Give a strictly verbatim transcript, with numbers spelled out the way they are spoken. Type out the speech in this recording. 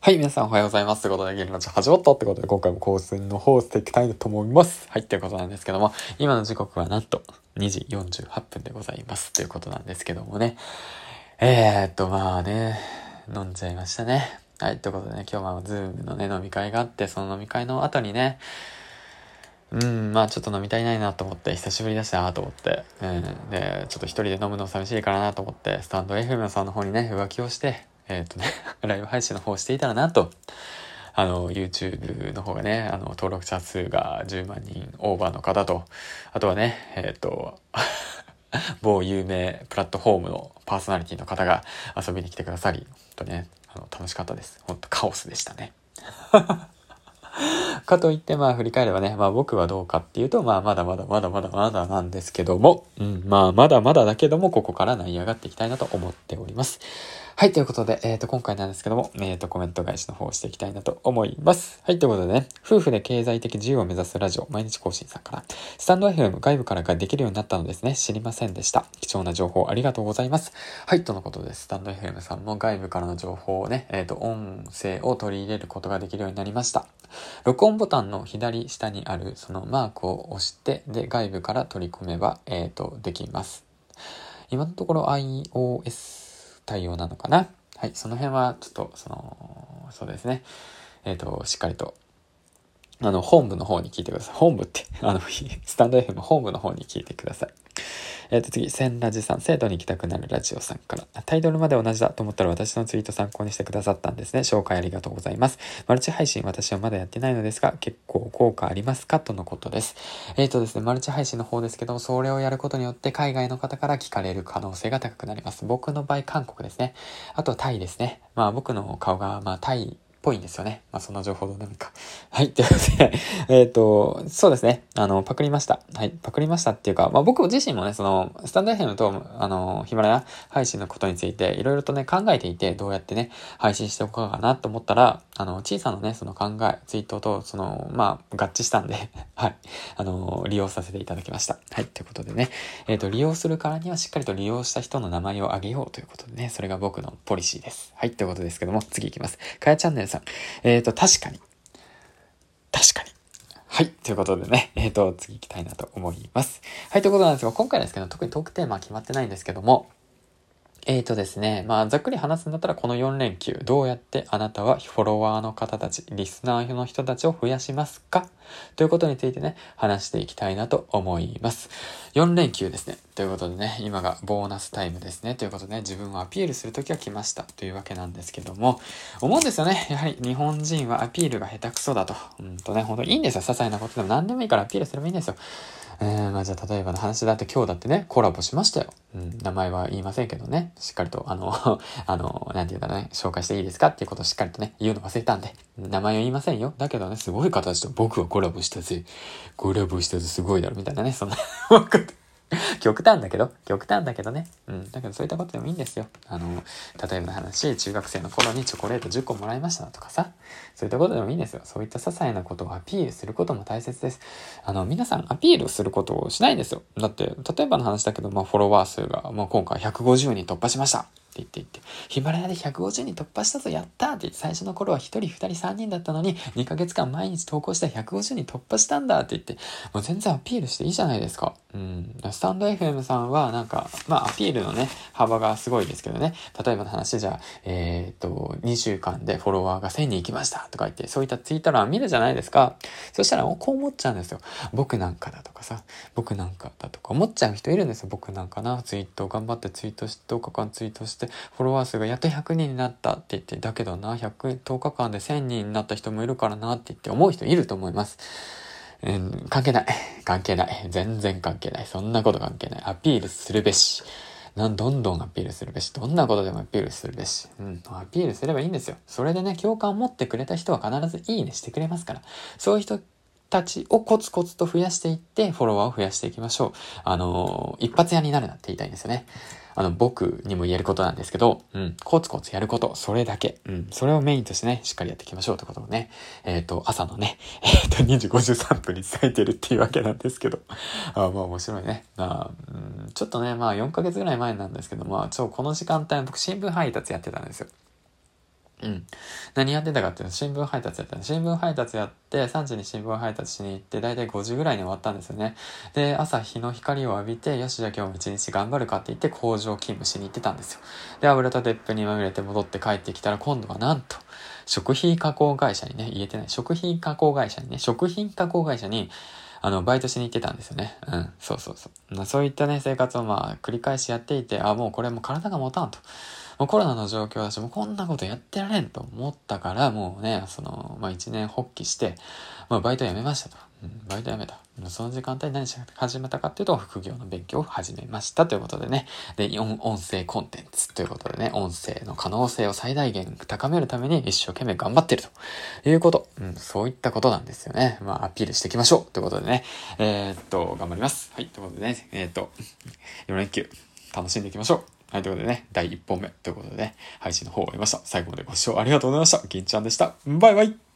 はい、皆さんおはようございます。ということで、ゲリラジ始まったってことで、今回も更新の方をしていきたいと思います。はい、ということなんですけども、今の時刻はなんとにじよんじゅうはっぷんでございます。ということなんですけどもね。えーっと、まあね、飲んじゃいましたね。はい、ということでね、今日はズームのね、飲み会があって、その飲み会の後にね、うん、まあちょっと飲み足りないなと思って、久しぶりだしなと思って、うん、で、ちょっと一人で飲むの寂しいからなと思って、スタンド エフエム さんの方にね、浮気をして、えーっとね、ライブ配信の方をしていたらなと、あの、YouTube の方がね、あの、登録者数がじゅうまんにんオーバーの方と、あとはね、えっと、某有名プラットフォームのパーソナリティの方が遊びに来てくださり、ほんとね、あの、楽しかったです。ほんとカオスでしたね。かといって、まあ振り返ればね、まあ僕はどうかっていうと、まあまだまだまだまだまだなんですけども、うん、まあまだまだだけども、ここから成り上がっていきたいなと思っております。はい、ということで、えっと、今回なんですけども、えっと、コメント返しの方をしていきたいなと思います。はい、ということでね、夫婦で経済的自由を目指すラジオ、毎日更新さんから、スタンド エフエム 外部からができるようになったのですね。知りませんでした。貴重な情報ありがとうございます。はい、とのことで、スタンド エフエム さんも外部からの情報をね、えっと、音声を取り入れることができるようになりました。録音ボタンの左下にあるそのマークを押して、で、外部から取り込めば、えっと、できます。今のところ iOS 対応なのかな。はい、その辺はちょっと、その、そうですね。えっと、しっかりと、あの、本部の方に聞いてください。本部って、あの、スタンド エフエム 本部の方に聞いてください。えっと次、千ラジさん、生徒に行きたくなるラジオさんから。タイトルまで同じだと思ったら私のツイート参考にしてくださったんですね。紹介ありがとうございます。マルチ配信私はまだやってないのですが、結構効果ありますかとのことです。えっとですね、マルチ配信の方ですけども、それをやることによって海外の方から聞かれる可能性が高くなります。僕の場合、韓国ですね。あとタイですね。まあ僕の顔が、まあタイ、ぽいんですよね。まあ、そんな情報どうでもいいか。はい。ということで、えっと、そうですね。あの、パクりました。はい。パクりましたっていうか、まあ、僕自身もね、その、スタンド エフエム と、あの、ヒマラヤ配信のことについて、いろいろとね、考えていて、どうやってね、配信しておこうかなと思ったら、あの、小さなね、その考え、ツイートと、その、まあ、合致したんで、はい。あの、利用させていただきました。はい。ということでね、えっと、利用するからにはしっかりと利用した人の名前を挙げようということでね、それが僕のポリシーです。はい。ということですけども、次行きます。かやチャンネルさん。えっと、確かに。確かに。はい。ということでね、えっと、次行きたいなと思います。はい。ということなんですが、今回ですけど、特にトークテーマは決まってないんですけども、えーとですね、まあ、ざっくり話すんだったら、このよん連休、どうやってあなたはフォロワーの方たち、リスナーの人たちを増やしますかということについてね、話していきたいなと思います。よん連休ですね。ということでね、今がボーナスタイムですね。ということでね、自分をアピールするときは来ました。というわけなんですけども、思うんですよね。やはり日本人はアピールが下手くそだと。うんとね、本当にいいんですよ。些細なことでも何でもいいからアピールすればいいんですよ。えー、まあじゃあ例えばの話だって今日だってね、コラボしましたよ。うん、名前は言いませんけどね、しっかりと、あの、あの、なんていうかね、紹介していいですかっていうことをしっかりとね、言うの忘れたんで、名前は言いませんよ。だけどね、すごい形と僕はコラボしたぜ。コラボしたぜ、すごいだろ、みたいなね、そんな、極端だけど、極端だけどね。うん。だけどそういったことでもいいんですよ。あの、例えばの話、中学生の頃にチョコレートじゅっこもらいましたとかさ。そういったことでもいいんですよ。そういった些細なことをアピールすることも大切です。あの、皆さんアピールすることをしないんですよ。だって、例えばの話だけど、まあ、フォロワー数が、まあ、今回ひゃくごじゅうにん突破しました。って言って言って、ヒマラヤでひゃくごじゅうにん突破したぞ、やったーって言って、最初の頃はひとり、ふたり、さんにんだったのに、にかげつかん毎日投稿したらひゃくごじゅうにん突破したんだって言って、もう全然アピールしていいじゃないですか。うん。スタンド エフエム さんは、なんか、まあ、アピールのね、幅がすごいですけどね。例えばの話じゃあ、えー、っと、にしゅうかんでフォロワーがせんにん行きましたとか言って、そういったツイート欄見るじゃないですか。そしたら、こう思っちゃうんですよ。僕なんかだとかさ、僕なんかだとか思っちゃう人いるんですよ。僕なんかな、ツイート頑張ってツイートして、とおかかんツイートして、フォロワー数がやっとひゃくにんになったって言って、だけどな、ひゃく、とおかかんでせんにんになった人もいるからなって言って思う人いると思います。うん、関係ない。関係ない。全然関係ない。そんなこと関係ない。アピールするべし。なん、どんどんアピールするべし。どんなことでもアピールするべし。うん、アピールすればいいんですよ。それでね、共感を持ってくれた人は必ずいいねしてくれますから。そういう人たちをコツコツと増やしていって、フォロワーを増やしていきましょう。あのー、一発屋になるなって言いたいんですよね。あの、僕にも言えることなんですけど、うん、コツコツやること、それだけ。うん、それをメインとしてね、しっかりやっていきましょうってことをね、えっと、朝のね、えっと、にじごじゅうさんぷんに伝えてるっていうわけなんですけど。あまあ面白いね。まあ、うん、ちょっとね、まあよんかげつぐらい前なんですけど、まあ、ちょ、この時間帯僕新聞配達やってたんですよ。うん。 何やってたかっていうと、新聞配達やったの。新聞配達やって、さんじに新聞配達しに行って、だいたいごじぐらいに終わったんですよね。で、朝日の光を浴びて、よし、じゃあ今日も一日頑張るかって言って、工場勤務しに行ってたんですよ。で、油と鉄粉にまみれて戻って帰ってきたら、今度はなんと、食品加工会社にね、言えてない。食品加工会社にね、食品加工会社に、あの、バイトしに行ってたんですよね。うん、そうそうそう。まあ、そういったね、生活をまあ、繰り返しやっていて、あ、もうこれもう体が持たんと。もうコロナの状況だし、もうこんなことやってられんと思ったから、もうね、その、まあ一年発起して、まあバイト辞めましたと。うん、バイト辞めた。その時間帯に何し始めたかっていうと、副業の勉強を始めましたということでね。で、音音声コンテンツということでね、音声の可能性を最大限高めるために一生懸命頑張ってるということ。うん、そういったことなんですよね。まあアピールしていきましょうということでね。えー、っと、頑張ります。はい、ということでね、えー、っと、よ連休楽しんでいきましょう。はい、ということでね、だいいっぽんめということでね、配信の方を終えました。最後までご視聴ありがとうございました。銀ちゃんでした。バイバイ。